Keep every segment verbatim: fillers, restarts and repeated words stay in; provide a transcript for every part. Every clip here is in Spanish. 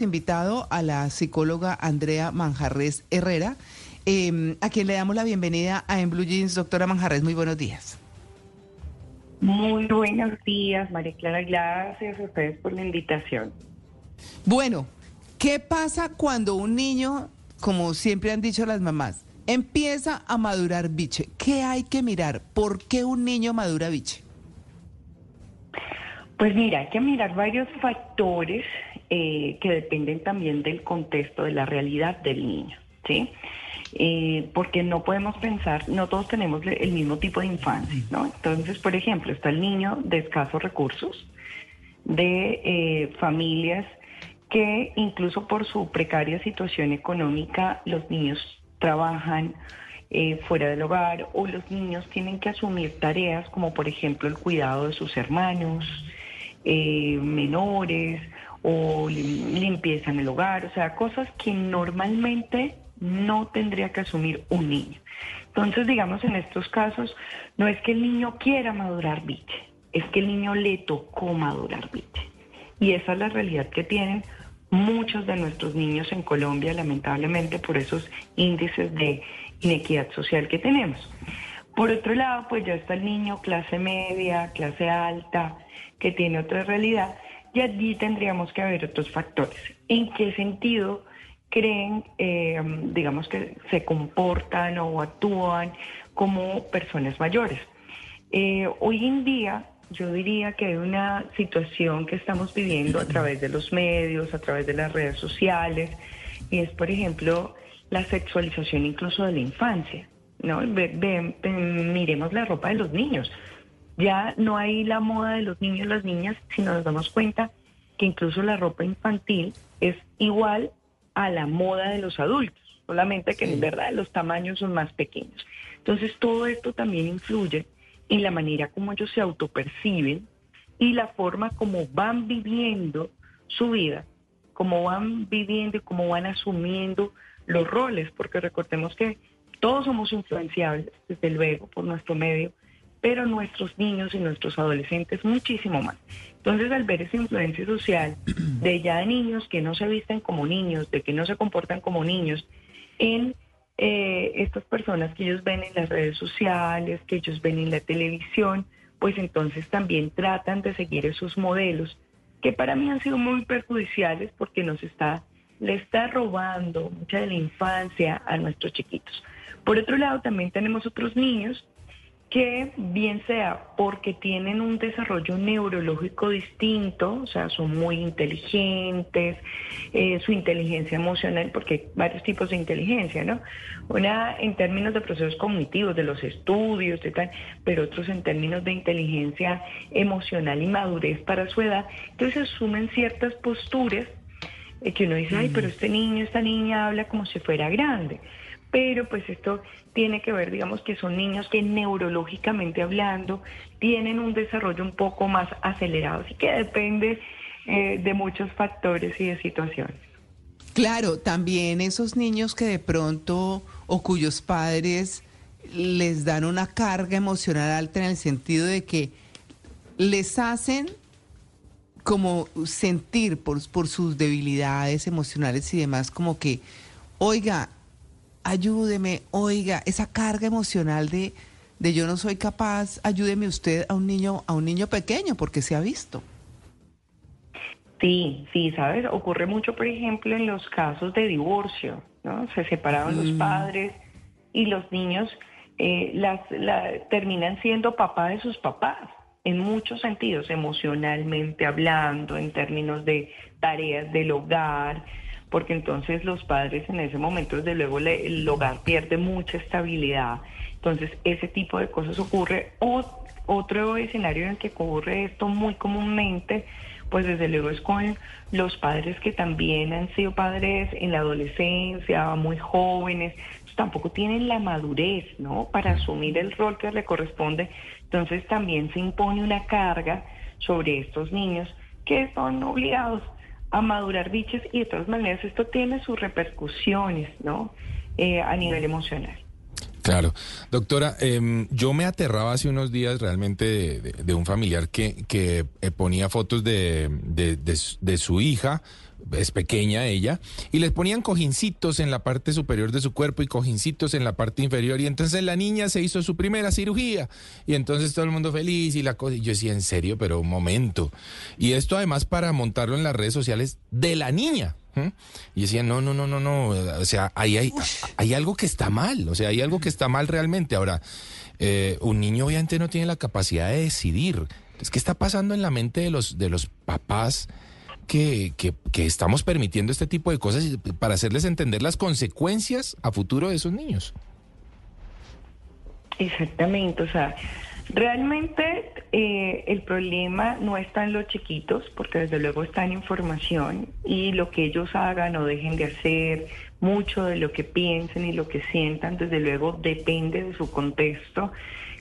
Invitado a la psicóloga Andrea Manjarrés Herrera, eh, a quien le damos la bienvenida a En Blue Jeans. Doctora Manjarrés, muy buenos días. Muy buenos días, María Clara. Gracias a ustedes por la invitación. Bueno, ¿qué pasa cuando un niño, como siempre han dicho las mamás, empieza a madurar biche? ¿Qué hay que mirar? ¿Por qué un niño madura biche? Pues mira, hay que mirar varios factores eh, que dependen también del contexto, de la realidad del niño, ¿sí? Eh, porque no podemos pensar, no todos tenemos el mismo tipo de infancia, ¿no? Entonces, por ejemplo, está el niño de escasos recursos, de eh, familias que incluso por su precaria situación económica, los niños trabajan eh, fuera del hogar, o los niños tienen que asumir tareas como por ejemplo el cuidado de sus hermanos eh, menores, o limpieza en el hogar, o sea, cosas que normalmente no tendría que asumir un niño. Entonces, digamos, en estos casos, no es que el niño quiera madurar biche, es que el niño le tocó madurar biche. Y esa es la realidad que tienen muchos de nuestros niños en Colombia, lamentablemente, por esos índices de inequidad social que tenemos. Por otro lado, pues ya está el niño clase media, clase alta, que tiene otra realidad, y allí tendríamos que ver otros factores. ¿En qué sentido creen, eh, digamos, que se comportan o actúan como personas mayores? Eh, hoy en día, yo diría que hay una situación que estamos viviendo a través de los medios, a través de las redes sociales, y es, por ejemplo, la sexualización incluso de la infancia, ¿no? Ve, ve, ve, miremos la ropa de los niños. Ya no hay la moda de los niños y las niñas, sino nos damos cuenta que incluso la ropa infantil es igual a la moda de los adultos, solamente que en verdad los tamaños son más pequeños. Entonces todo esto también influye en la manera como ellos se autoperciben y la forma como van viviendo su vida, cómo van viviendo y cómo van asumiendo los roles, porque recordemos que todos somos influenciables, desde luego, por nuestro medio, pero nuestros niños y nuestros adolescentes muchísimo más. Entonces, al ver esa influencia social de ya de niños que no se visten como niños, de que no se comportan como niños, en eh, estas personas que ellos ven en las redes sociales, que ellos ven en la televisión, pues entonces también tratan de seguir esos modelos que para mí han sido muy perjudiciales porque nos está, le está robando mucha de la infancia a nuestros chiquitos. Por otro lado, también tenemos otros niños que bien sea porque tienen un desarrollo neurológico distinto, o sea, son muy inteligentes, eh, su inteligencia emocional, porque hay varios tipos de inteligencia, ¿no? Una en términos de procesos cognitivos, de los estudios, de tal, pero otros en términos de inteligencia emocional y madurez para su edad. Entonces asumen ciertas posturas eh, que uno dice, ay, pero este niño, esta niña habla como si fuera grande. Pero pues esto tiene que ver, digamos, que son niños que neurológicamente hablando tienen un desarrollo un poco más acelerado, así que depende eh, de muchos factores y de situaciones. Claro, también esos niños que de pronto o cuyos padres les dan una carga emocional alta en el sentido de que les hacen como sentir por, por sus debilidades emocionales y demás, como que, oiga, ayúdeme, oiga, esa carga emocional de, de yo no soy capaz, ayúdeme usted a un niño, a un niño pequeño, porque se ha visto. Sí, sí, ¿sabes? Ocurre mucho, por ejemplo, en los casos de divorcio, ¿no? Se separaron mm. los padres y los niños eh, las, la, terminan siendo papá de sus papás, en muchos sentidos, emocionalmente hablando, en términos de tareas del hogar, porque entonces los padres en ese momento, desde luego, le, el hogar pierde mucha estabilidad. Entonces, ese tipo de cosas ocurre. O, otro escenario en el que ocurre esto muy comúnmente, pues desde luego es con los padres que también han sido padres en la adolescencia, muy jóvenes, pues tampoco tienen la madurez, ¿no?, para asumir el rol que le corresponde. Entonces también se impone una carga sobre estos niños que son obligados a madurar biches, y de todas maneras esto tiene sus repercusiones, ¿no?, eh, a nivel emocional. Claro. Doctora, eh, yo me aterraba hace unos días realmente de, de, de un familiar que, que ponía fotos de, de, de, de su hija es pequeña ella, y les ponían cojincitos en la parte superior de su cuerpo y cojincitos en la parte inferior, y entonces la niña se hizo su primera cirugía, y entonces todo el mundo feliz y la cosa, y yo decía, en serio, pero un momento, y esto además para montarlo en las redes sociales de la niña. ¿Mm? Y decía, no, no, no, no, no, o sea, ahí hay, hay algo que está mal, o sea, hay algo que está mal realmente. Ahora, eh, un niño obviamente no tiene la capacidad de decidir. Entonces, ¿qué está pasando en la mente de los, de los papás que, que, que estamos permitiendo este tipo de cosas para hacerles entender las consecuencias a futuro de esos niños? Exactamente, o sea, realmente eh, el problema no está en los chiquitos, porque desde luego está en información, y lo que ellos hagan o dejen de hacer, mucho de lo que piensen y lo que sientan, desde luego depende de su contexto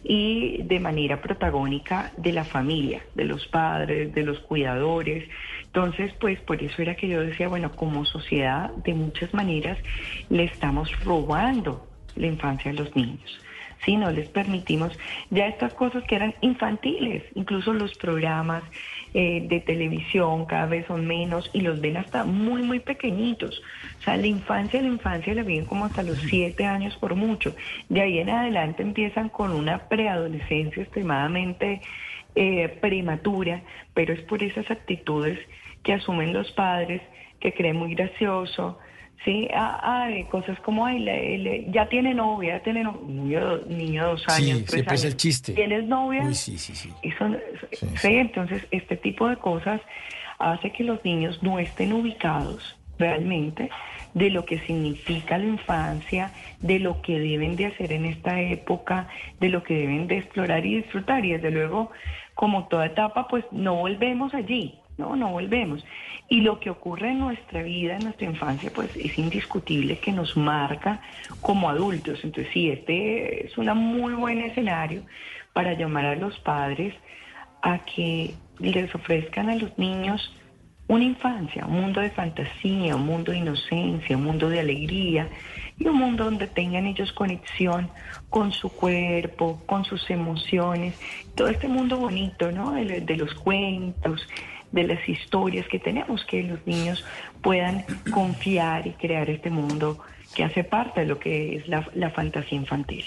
y de manera protagónica de la familia, de los padres, de los cuidadores. Entonces, pues por eso era que yo decía, bueno, como sociedad, de muchas maneras le estamos robando la infancia a los niños. Si no les permitimos ya estas cosas que eran infantiles, incluso los programas eh, de televisión cada vez son menos y los ven hasta muy, muy pequeñitos. O sea, la infancia, la infancia la viven como hasta los siete años por mucho. De ahí en adelante empiezan con una preadolescencia extremadamente eh, prematura, pero es por esas actitudes que asumen los padres, que creen muy gracioso. Sí, ah, ay, cosas como, ay, le, le, ya tiene novia, ya tiene novia, niño, niño de dos años, sí, tres siempre años. es el chiste. ¿Tienes novia? Uy, sí, sí, sí. Eso, Sí, sí, sí. entonces este tipo de cosas hace que los niños no estén ubicados realmente de lo que significa la infancia, de lo que deben de hacer en esta época, de lo que deben de explorar y disfrutar. Y desde luego, como toda etapa, pues no volvemos allí. No, no volvemos. Y lo que ocurre en nuestra vida, en nuestra infancia, pues es indiscutible que nos marca como adultos. Entonces, sí, este es un muy buen escenario para llamar a los padres a que les ofrezcan a los niños una infancia, un mundo de fantasía, un mundo de inocencia, un mundo de alegría y un mundo donde tengan ellos conexión con su cuerpo, con sus emociones, todo este mundo bonito, ¿no? De, de los cuentos, de las historias que tenemos, que los niños puedan confiar y crear este mundo que hace parte de lo que es la, la fantasía infantil.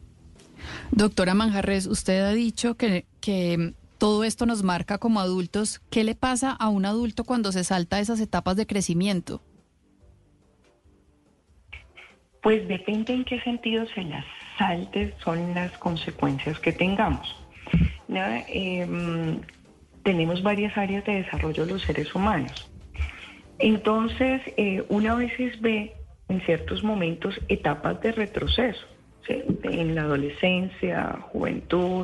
Doctora Manjarrés, usted ha dicho que, que todo esto nos marca como adultos. ¿Qué le pasa a un adulto cuando se salta esas etapas de crecimiento? Pues depende en qué sentido se las salte, son las consecuencias que tengamos, ¿no? Eh, tenemos varias áreas de desarrollo de los seres humanos. Entonces, eh, una veces ve en ciertos momentos etapas de retroceso, ¿sí? En la adolescencia, juventud.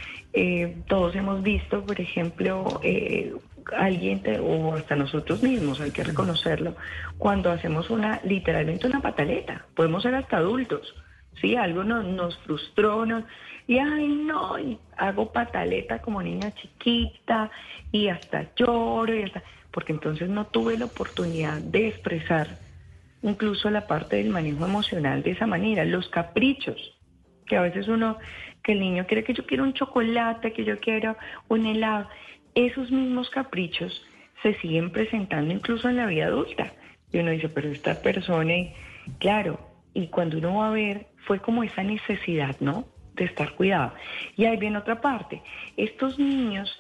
Eh, todos hemos visto, por ejemplo, eh, alguien, te, o hasta nosotros mismos, hay que reconocerlo, cuando hacemos una, literalmente una pataleta, podemos ser hasta adultos, ¿sí? Algo nos, nos frustró, nos, y ay no, y hago pataleta como niña chiquita, y hasta lloro, y hasta, porque entonces no tuve la oportunidad de expresar incluso la parte del manejo emocional de esa manera, los caprichos, que a veces uno, que el niño quiere que yo quiero un chocolate, que yo quiero un helado, esos mismos caprichos se siguen presentando incluso en la vida adulta. Y uno dice, pero esta persona, y, claro, y cuando uno va a ver, fue como esa necesidad, ¿no?, de estar cuidado. Y ahí viene otra parte, estos niños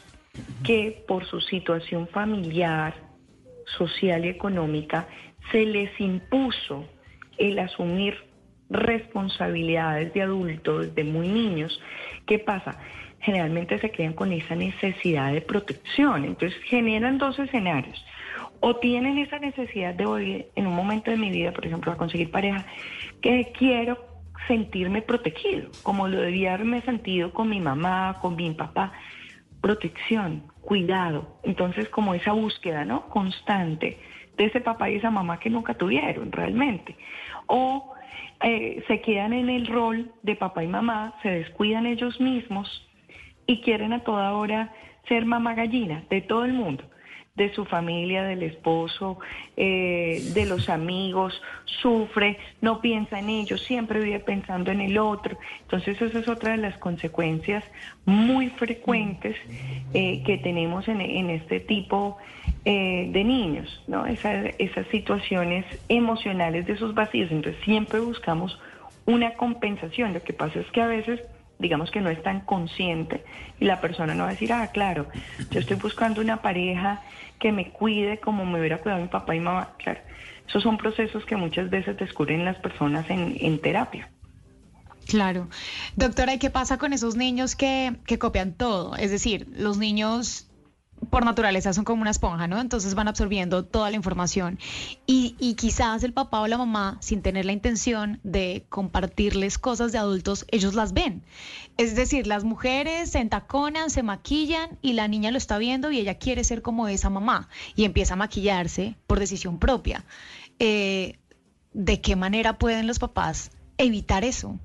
que por su situación familiar, social y económica, se les impuso el asumir responsabilidades de adultos, de muy niños. ¿Qué pasa? Generalmente se quedan con esa necesidad de protección. Entonces generan dos escenarios. O tienen esa necesidad de hoy, en un momento de mi vida, por ejemplo, a conseguir pareja, que quiero sentirme protegido, como lo debía haberme sentido con mi mamá, con mi papá. Protección, cuidado. Entonces, como esa búsqueda, ¿no?, constante de ese papá y esa mamá que nunca tuvieron realmente. O eh, se quedan en el rol de papá y mamá, se descuidan ellos mismos y quieren a toda hora ser mamá gallina de todo el mundo, de su familia, del esposo, eh, de los amigos, sufre, no piensa en ellos, siempre vive pensando en el otro. Entonces esa es otra de las consecuencias muy frecuentes eh, que tenemos en, en este tipo eh, de niños, ¿no? Esa- esas situaciones emocionales de esos vacíos. Entonces siempre buscamos una compensación. Lo que pasa es que a veces, digamos que no es tan consciente y la persona no va a decir, ah, claro, yo estoy buscando una pareja que me cuide como me hubiera cuidado mi papá y mamá. Claro, esos son procesos que muchas veces descubren las personas en, en terapia. Claro. Doctora, ¿y qué pasa con esos niños que, que copian todo? Es decir, los niños por naturaleza son como una esponja, ¿no? Entonces van absorbiendo toda la información y, y quizás el papá o la mamá, sin tener la intención de compartirles cosas de adultos, ellos las ven. Es decir, las mujeres se entaconan, se maquillan y la niña lo está viendo y ella quiere ser como esa mamá y empieza a maquillarse por decisión propia. Eh, ¿De qué manera pueden los papás evitar eso?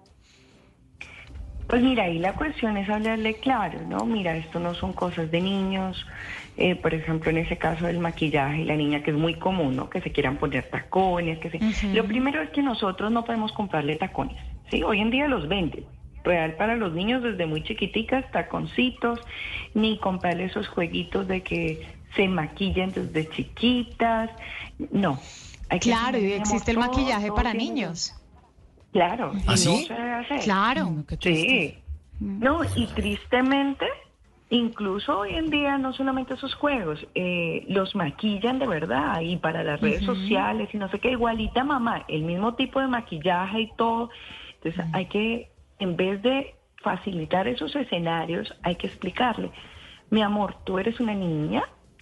Pues mira, ahí la cuestión es hablarle claro, ¿no? Mira, esto no son cosas de niños. Eh, por ejemplo, en ese caso del maquillaje, la niña, que es muy común, ¿no? Que se quieran poner tacones, que se... Ujú. Lo primero es que nosotros no podemos comprarle tacones, ¿sí? Hoy en día los venden. Real para los niños desde muy chiquiticas, taconcitos, ni comprarle esos jueguitos de que se maquillan desde chiquitas. No. Hay que Claro, y enseñarle, existe el todo, maquillaje todo para tiene- niños. Claro, y ¿Ah, no sí? se debe hacer. Claro. No, qué triste. Sí. No, y tristemente, incluso hoy en día, no solamente esos juegos, eh, los maquillan de verdad y para las redes Ujú. sociales y no sé qué, igualita mamá, el mismo tipo de maquillaje y todo. Entonces hay que, en vez de facilitar esos escenarios, hay que explicarle, mi amor, tú eres una niña,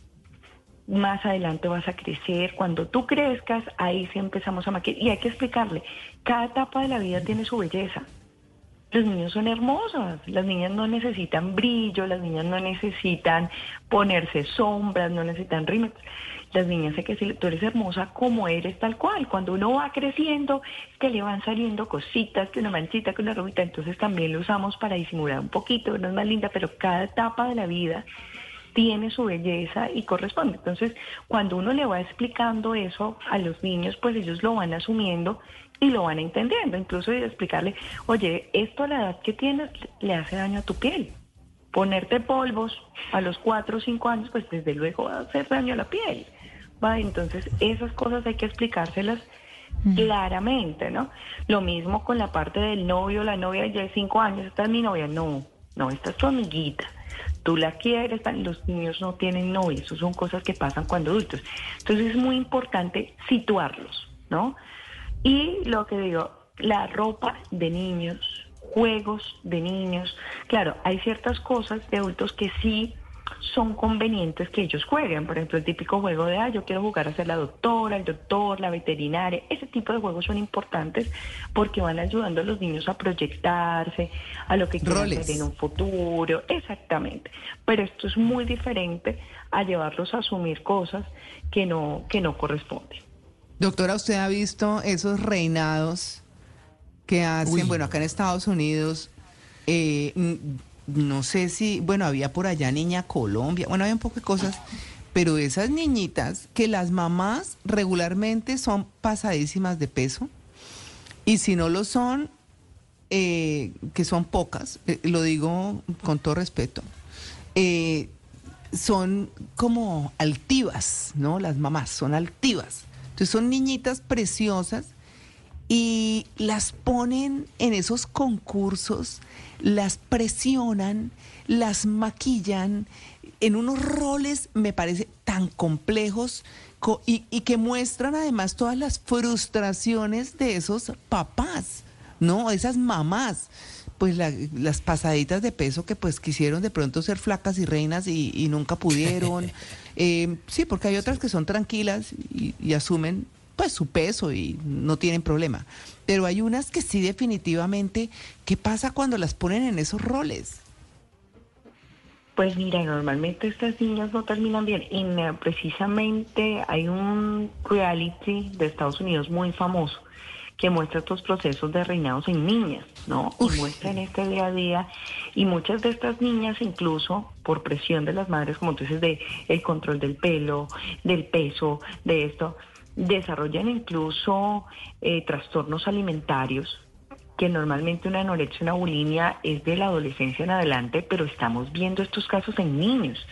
más adelante vas a crecer, cuando tú crezcas, ahí sí empezamos a maquillar. Y hay que explicarle, cada etapa de la vida tiene su belleza. Los niños son hermosos, las niñas no necesitan brillo, las niñas no necesitan ponerse sombras, no necesitan rímel. Las niñas sé que si tú eres hermosa como eres tal cual. Cuando uno va creciendo, es que le van saliendo cositas, que una manchita, que una romita, entonces también lo usamos para disimular un poquito, no es más linda, pero cada etapa de la vida tiene su belleza y corresponde. Entonces, cuando uno le va explicando eso a los niños, pues ellos lo van asumiendo y lo van entendiendo. Incluso de explicarle, oye, esto a la edad que tienes le hace daño a tu piel. Ponerte polvos a los cuatro o cinco años, pues desde luego va a hacer daño a la piel. ¿Va? Entonces, esas cosas hay que explicárselas claramente, ¿no? Lo mismo con la parte del novio, la novia ya de cinco años, esta es mi novia. No, no, esta es tu amiguita. Tú la quieres, los niños no tienen novia, eso son cosas que pasan cuando adultos. Entonces es muy importante situarlos, ¿no? Y lo que digo, la ropa de niños, juegos de niños, claro, hay ciertas cosas de adultos que sí son convenientes que ellos jueguen. Por ejemplo, el típico juego de, ah, yo quiero jugar a ser la doctora, el doctor, la veterinaria. Ese tipo de juegos son importantes porque van ayudando a los niños a proyectarse, a lo que quieren Roles. hacer en un futuro. Exactamente. Pero esto es muy diferente a llevarlos a asumir cosas que no, que no corresponden. Doctora, ¿usted ha visto esos reinados que hacen, Uy. bueno, acá en Estados Unidos? eh, n- no sé si, bueno, había por allá Niña Colombia, bueno, había un poco de cosas, pero esas niñitas que las mamás regularmente son pasadísimas de peso y si no lo son, eh, que son pocas, eh, lo digo con todo respeto, eh, son como altivas, ¿no? Las mamás son altivas. Entonces son niñitas preciosas y las ponen en esos concursos, las presionan, las maquillan en unos roles, me parece, tan complejos co- y, y que muestran además todas las frustraciones de esos papás, ¿no? Esas mamás, pues la- las pasaditas de peso que pues quisieron de pronto ser flacas y reinas y, y nunca pudieron. Eh, sí, porque hay otras que son tranquilas y, y asumen pues su peso y no tienen problema. Pero hay unas que sí definitivamente, ¿qué pasa cuando las ponen en esos roles? Pues mira, normalmente estas niñas no terminan bien. Y eh, precisamente hay un reality de Estados Unidos muy famoso que muestra estos procesos de reinados en niñas, ¿no? Uf. Y muestran este día a día. Y muchas de estas niñas, incluso por presión de las madres, como tú dices, de el control del pelo, del peso, de esto, desarrollan incluso eh, trastornos alimentarios, que normalmente una anorexia, una bulimia es de la adolescencia en adelante, pero estamos viendo estos casos en niños.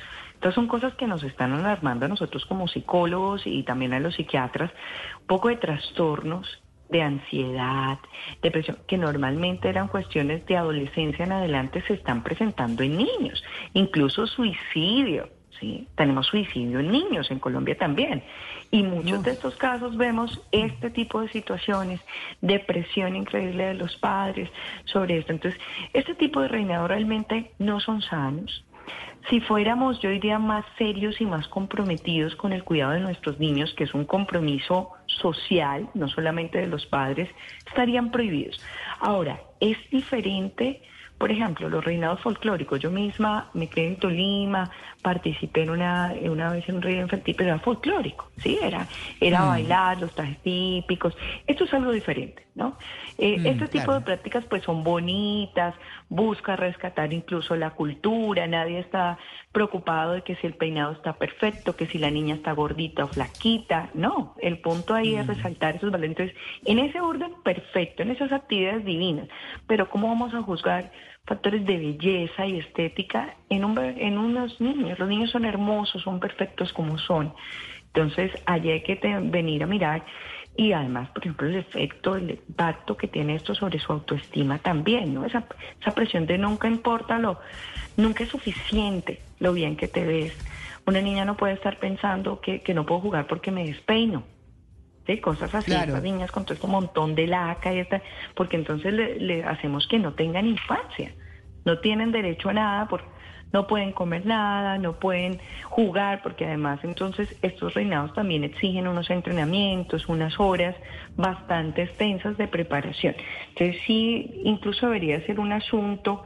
Estas son cosas que nos están alarmando a nosotros como psicólogos y también a los psiquiatras, un poco de trastornos de ansiedad, depresión, que normalmente eran cuestiones de adolescencia en adelante, se están presentando en niños, incluso suicidio, ¿sí? Tenemos suicidio en niños, en Colombia también, y muchos Uf. de estos casos vemos este tipo de situaciones, depresión increíble de los padres sobre esto. Entonces, este tipo de reinado realmente no son sanos. Si fuéramos, yo diría, más serios y más comprometidos con el cuidado de nuestros niños, que es un compromiso social, no solamente de los padres, estarían prohibidos. Ahora, es diferente, por ejemplo, los reinados folclóricos. Yo misma me crié en Tolima, participé en una, una vez en un reinado infantil, pero era folclórico, ¿sí? Era, era mm. bailar, los trajes típicos. Esto es algo diferente, ¿no? Eh, mm, este tipo claro. de prácticas pues son bonitas, busca rescatar incluso la cultura, nadie está preocupado de que si el peinado está perfecto, que si la niña está gordita o flaquita, no, el punto ahí mm. es resaltar esos valores. Entonces, en ese orden perfecto, en esas actividades divinas, pero ¿cómo vamos a juzgar factores de belleza y estética en, un, en unos niños? Los niños son hermosos, son perfectos como son. Entonces, allí hay que te, venir a mirar. Y además, por ejemplo, el efecto, el impacto que tiene esto sobre su autoestima también, ¿no? Esa, esa presión de nunca importa lo, nunca es suficiente lo bien que te ves. Una niña no puede estar pensando que, que no puedo jugar porque me despeino. ¿Sí? Cosas así, claro. Estas niñas con todo este montón de laca y esta, porque entonces le, le hacemos que no tengan infancia, no tienen derecho a nada, por, no pueden comer nada, no pueden jugar, porque además entonces estos reinados también exigen unos entrenamientos, unas horas bastante extensas de preparación. Entonces sí, incluso debería ser un asunto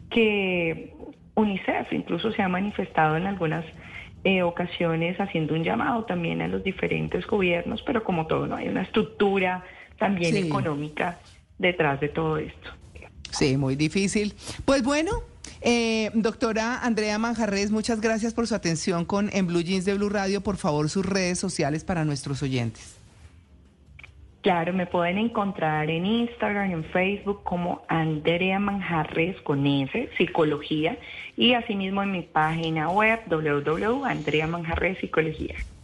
que UNICEF incluso se ha manifestado en algunas Eh, ocasiones haciendo un llamado también a los diferentes gobiernos, pero como todo, no hay una estructura también sí. económica detrás de todo esto. Sí, muy difícil. Pues bueno, eh, doctora Andrea Manjarrés, muchas gracias por su atención con En Blue Jeans de Blue Radio. Por favor, sus redes sociales para nuestros oyentes. Claro, me pueden encontrar en Instagram, en Facebook como Andrea Manjarrés con S, Psicología, y asimismo en mi página web w w w punto andrea manjarrés psicología.